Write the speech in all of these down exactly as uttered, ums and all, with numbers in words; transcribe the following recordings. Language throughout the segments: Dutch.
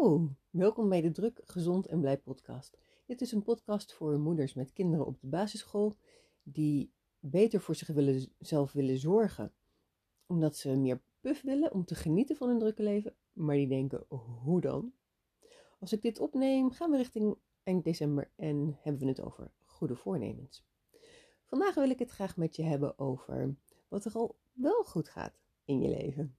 Hallo, welkom bij de Druk, Gezond en Blij podcast. Dit is een podcast voor moeders met kinderen op de basisschool die beter voor zichzelf willen zorgen. Omdat ze meer puff willen om te genieten van hun drukke leven, maar die denken, hoe dan? Als ik dit opneem, gaan we richting eind december en hebben we het over goede voornemens. Vandaag wil ik het graag met je hebben over wat er al wel goed gaat in je leven.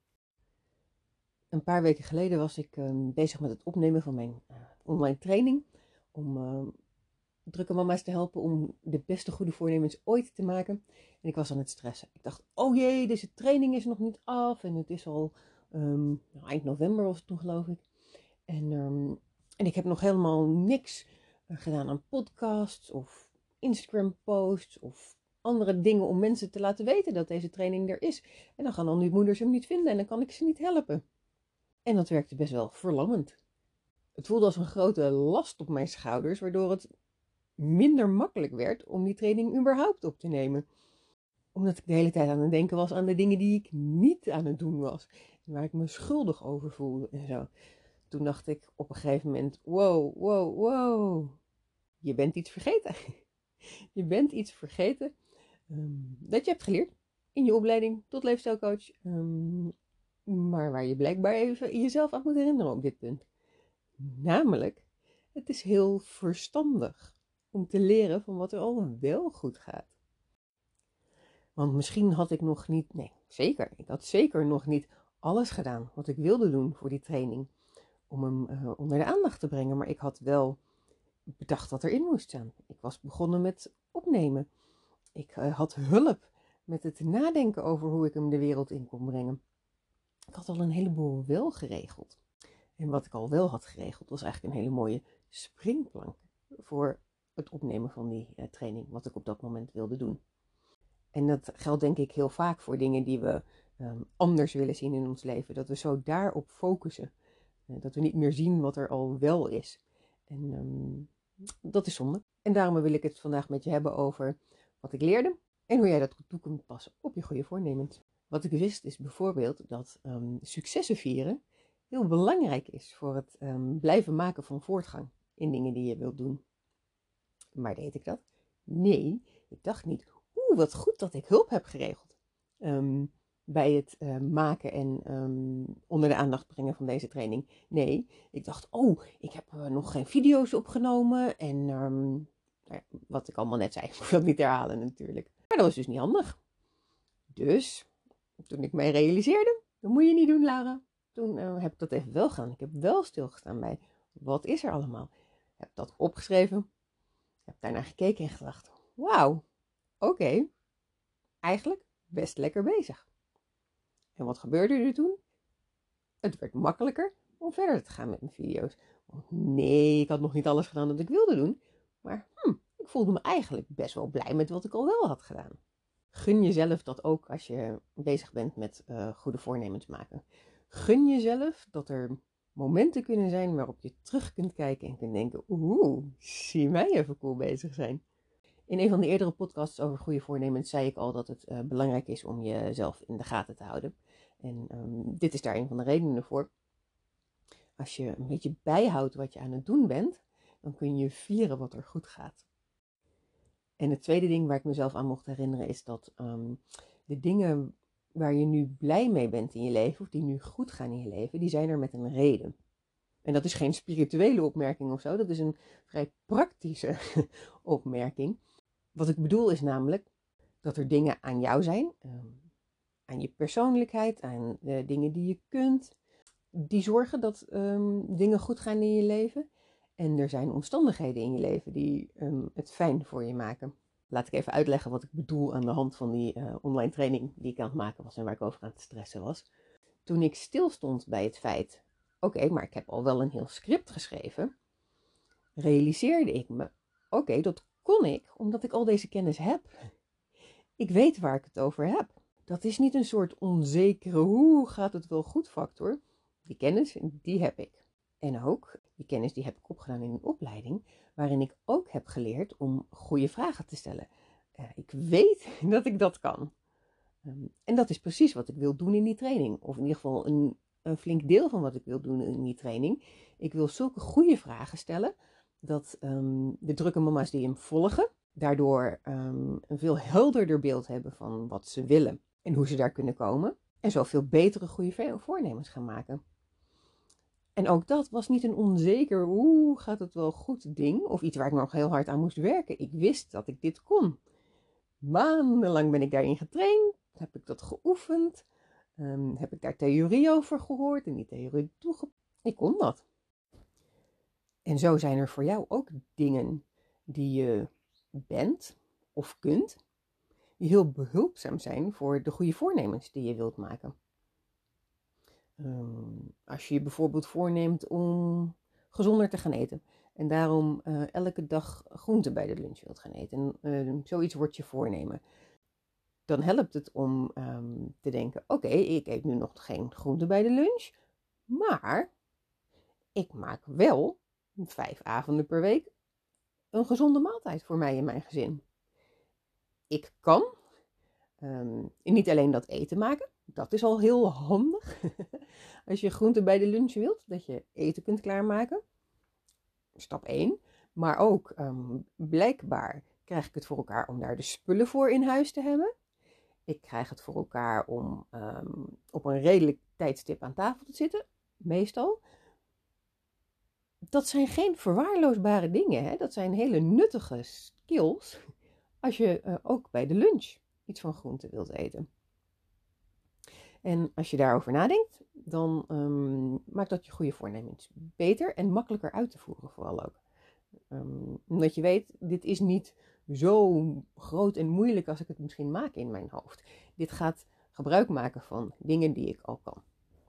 Een paar weken geleden was ik uh, bezig met het opnemen van mijn uh, online training. Om uh, drukke mama's te helpen om de beste goede voornemens ooit te maken. En ik was aan het stressen. Ik dacht, oh jee, deze training is nog niet af. En het is al um, nou, eind november was het toen, geloof ik. En, um, en ik heb nog helemaal niks uh, gedaan aan podcasts of Instagram posts of andere dingen om mensen te laten weten dat deze training er is. En dan gaan al die moeders hem niet vinden en dan kan ik ze niet helpen. En dat werkte best wel verlammend. Het voelde als een grote last op mijn schouders, waardoor het minder makkelijk werd om die training überhaupt op te nemen. Omdat ik de hele tijd aan het denken was aan de dingen die ik niet aan het doen was. En waar ik me schuldig over voelde en zo. Toen dacht ik op een gegeven moment, wow, wow, wow. Je bent iets vergeten. Je bent iets vergeten um, dat je hebt geleerd in je opleiding tot leefstijlcoach. Um, Maar waar je blijkbaar even jezelf aan moet herinneren op dit punt. Namelijk, het is heel verstandig om te leren van wat er al wel goed gaat. Want misschien had ik nog niet, nee zeker, ik had zeker nog niet alles gedaan wat ik wilde doen voor die training. Om hem uh, onder de aandacht te brengen, maar ik had wel bedacht wat erin moest staan. Ik was begonnen met opnemen. Ik uh, had hulp met het nadenken over hoe ik hem de wereld in kon brengen. Ik had al een heleboel wel geregeld. En wat ik al wel had geregeld was eigenlijk een hele mooie springplank voor het opnemen van die uh, training, wat ik op dat moment wilde doen. En dat geldt denk ik heel vaak voor dingen die we um, anders willen zien in ons leven. Dat we zo daarop focussen. Uh, dat we niet meer zien wat er al wel is. En um, dat is zonde. En daarom wil ik het vandaag met je hebben over wat ik leerde en hoe jij dat toe kunt passen op je goede voornemens. Wat ik wist is bijvoorbeeld dat um, successen vieren heel belangrijk is voor het um, blijven maken van voortgang in dingen die je wilt doen. Maar deed ik dat? Nee, ik dacht niet, oeh, wat goed dat ik hulp heb geregeld um, bij het uh, maken en um, onder de aandacht brengen van deze training. Nee, ik dacht, oh, ik heb uh, nog geen video's opgenomen en um, nou ja, wat ik allemaal net zei, ik moet dat niet herhalen natuurlijk. Maar dat was dus niet handig. Dus toen ik mij realiseerde, dat moet je niet doen, Laura. Toen uh, heb ik dat even wel gedaan. Ik heb wel stilgestaan bij, wat is er allemaal? Ik heb dat opgeschreven. Heb daarnaar gekeken en gedacht, wauw, oké. Okay, eigenlijk best lekker bezig. En wat gebeurde er toen? Het werd makkelijker om verder te gaan met mijn video's. Want nee, ik had nog niet alles gedaan dat ik wilde doen. Maar hm, ik voelde me eigenlijk best wel blij met wat ik al wel had gedaan. Gun jezelf dat ook als je bezig bent met uh, goede voornemens maken. Gun jezelf dat er momenten kunnen zijn waarop je terug kunt kijken en kunt denken, oeh, zie mij even cool bezig zijn. In een van de eerdere podcasts over goede voornemens zei ik al dat het uh, belangrijk is om jezelf in de gaten te houden. En um, dit is daar een van de redenen voor. Als je een beetje bijhoudt wat je aan het doen bent, dan kun je vieren wat er goed gaat. En het tweede ding waar ik mezelf aan mocht herinneren is dat um, de dingen waar je nu blij mee bent in je leven, of die nu goed gaan in je leven, die zijn er met een reden. En dat is geen spirituele opmerking of zo, dat is een vrij praktische opmerking. Wat ik bedoel is namelijk dat er dingen aan jou zijn, um, aan je persoonlijkheid, aan de dingen die je kunt, die zorgen dat um, dingen goed gaan in je leven. En er zijn omstandigheden in je leven die um, het fijn voor je maken. Laat ik even uitleggen wat ik bedoel aan de hand van die uh, online training die ik aan het maken was en waar ik over aan het stressen was. Toen ik stilstond bij het feit, oké, okay, maar ik heb al wel een heel script geschreven, realiseerde ik me, oké, okay, dat kon ik omdat ik al deze kennis heb. Ik weet waar ik het over heb. Dat is niet een soort onzekere, hoe gaat het wel goed factor. Die kennis, die heb ik. En ook, die kennis die heb ik opgedaan in een opleiding, waarin ik ook heb geleerd om goede vragen te stellen. Uh, ik weet dat ik dat kan. Um, en dat is precies wat ik wil doen in die training. Of in ieder geval een een flink deel van wat ik wil doen in die training. Ik wil zulke goede vragen stellen, dat um, de drukke mama's die hem volgen, daardoor um, een veel helderder beeld hebben van wat ze willen en hoe ze daar kunnen komen. En zo veel betere goede voornemens gaan maken. En ook dat was niet een onzeker, oeh, gaat het wel goed ding, of iets waar ik nog heel hard aan moest werken. Ik wist dat ik dit kon. Maandenlang ben ik daarin getraind, heb ik dat geoefend, um, heb ik daar theorie over gehoord en die theorie toegepast. Ik kon dat. En zo zijn er voor jou ook dingen die je bent of kunt, die heel behulpzaam zijn voor de goede voornemens die je wilt maken. Um, als je je bijvoorbeeld voorneemt om gezonder te gaan eten en daarom uh, elke dag groente bij de lunch wilt gaan eten, en uh, zoiets wordt je voornemen, dan helpt het om um, te denken, oké, okay, ik eet nu nog geen groente bij de lunch, maar ik maak wel vijf avonden per week een gezonde maaltijd voor mij en mijn gezin. Ik kan um, niet alleen dat eten maken, dat is al heel handig. Als je groente bij de lunch wilt, dat je eten kunt klaarmaken. Stap één. Maar ook um, blijkbaar krijg ik het voor elkaar om daar de spullen voor in huis te hebben. Ik krijg het voor elkaar om um, op een redelijk tijdstip aan tafel te zitten. Meestal. Dat zijn geen verwaarloosbare dingen. Hè? Dat zijn hele nuttige skills. Als je uh, ook bij de lunch iets van groente wilt eten. En als je daarover nadenkt, dan um, maakt dat je goede voornemens beter en makkelijker uit te voeren vooral ook. Um, omdat je weet, dit is niet zo groot en moeilijk als ik het misschien maak in mijn hoofd. Dit gaat gebruik maken van dingen die ik al kan.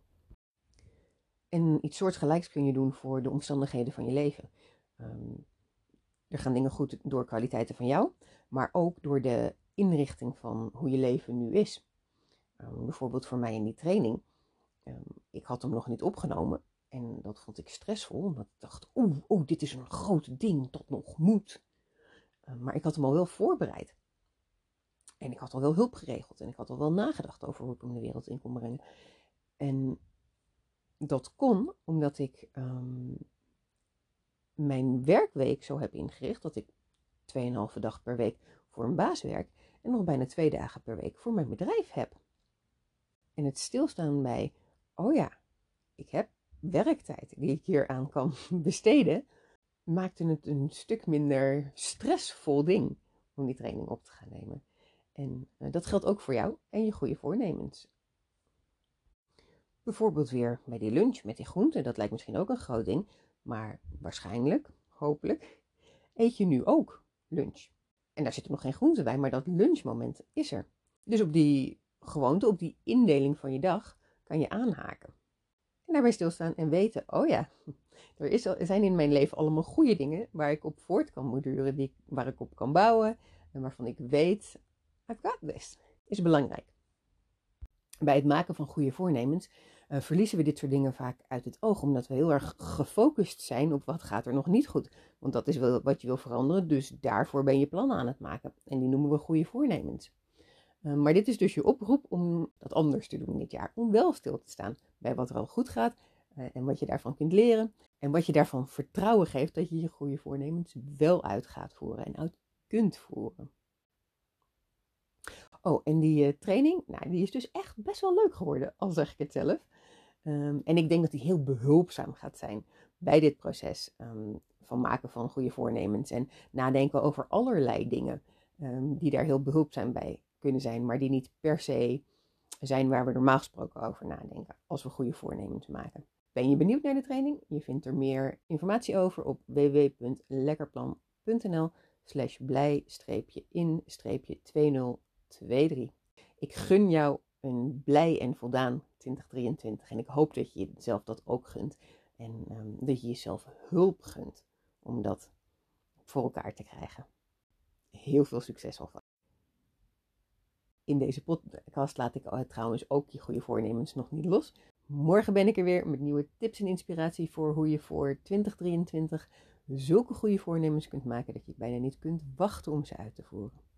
En iets soortgelijks kun je doen voor de omstandigheden van je leven. Um, er gaan dingen goed door kwaliteiten van jou, maar ook door de inrichting van hoe je leven nu is. Um, bijvoorbeeld voor mij in die training. Um, ik had hem nog niet opgenomen en dat vond ik stressvol, omdat ik dacht, oeh, oeh dit is een groot ding dat nog moet. Um, maar ik had hem al wel voorbereid. En ik had al wel hulp geregeld en ik had al wel nagedacht over hoe ik hem de wereld in kon brengen. En dat kon omdat ik um, mijn werkweek zo heb ingericht dat ik tweeënhalve dag per week voor een baas werk en nog bijna twee dagen per week voor mijn bedrijf heb. En het stilstaan bij, oh ja, ik heb werktijd die ik hier aan kan besteden, maakte het een stuk minder stressvol ding om die training op te gaan nemen. En uh, dat geldt ook voor jou en je goede voornemens. Bijvoorbeeld weer bij die lunch met die groenten, dat lijkt misschien ook een groot ding, maar waarschijnlijk, hopelijk, eet je nu ook lunch. En daar zit nog geen groente bij, maar dat lunchmoment is er. Dus op die gewoonte, op die indeling van je dag, kan je aanhaken. En daarbij stilstaan en weten, oh ja, er, is, er zijn in mijn leven allemaal goede dingen waar ik op voort kan borduren, die, waar ik op kan bouwen en waarvan ik weet, I've got this. Is belangrijk. Bij het maken van goede voornemens uh, verliezen we dit soort dingen vaak uit het oog, omdat we heel erg gefocust zijn op wat gaat er nog niet goed. Want dat is wel wat je wil veranderen, dus daarvoor ben je plannen aan het maken. En die noemen we goede voornemens. Uh, maar dit is dus je oproep om dat anders te doen dit jaar. Om wel stil te staan bij wat er al goed gaat uh, en wat je daarvan kunt leren. En wat je daarvan vertrouwen geeft dat je je goede voornemens wel uit gaat voeren en uit kunt voeren. Oh, en die uh, training, nou, die is dus echt best wel leuk geworden, al zeg ik het zelf. Um, en ik denk dat die heel behulpzaam gaat zijn bij dit proces um, van maken van goede voornemens. En nadenken over allerlei dingen um, die daar heel behulpzaam bij kunnen zijn, maar die niet per se zijn waar we normaal gesproken over nadenken als we goede voornemens maken. Ben je benieuwd naar de training? Je vindt er meer informatie over op w w w punt lekkerplan punt n l slash blij in tweeduizend tweeëntwintig. Ik gun jou een blij en voldaan twintig drieëntwintig en ik hoop dat je jezelf dat ook gunt en um, dat je jezelf hulp gunt om dat voor elkaar te krijgen. Heel veel succes alvast. In deze podcast laat ik trouwens ook je goede voornemens nog niet los. Morgen ben ik er weer met nieuwe tips en inspiratie voor hoe je voor twintig drieëntwintig zulke goede voornemens kunt maken dat je bijna niet kunt wachten om ze uit te voeren.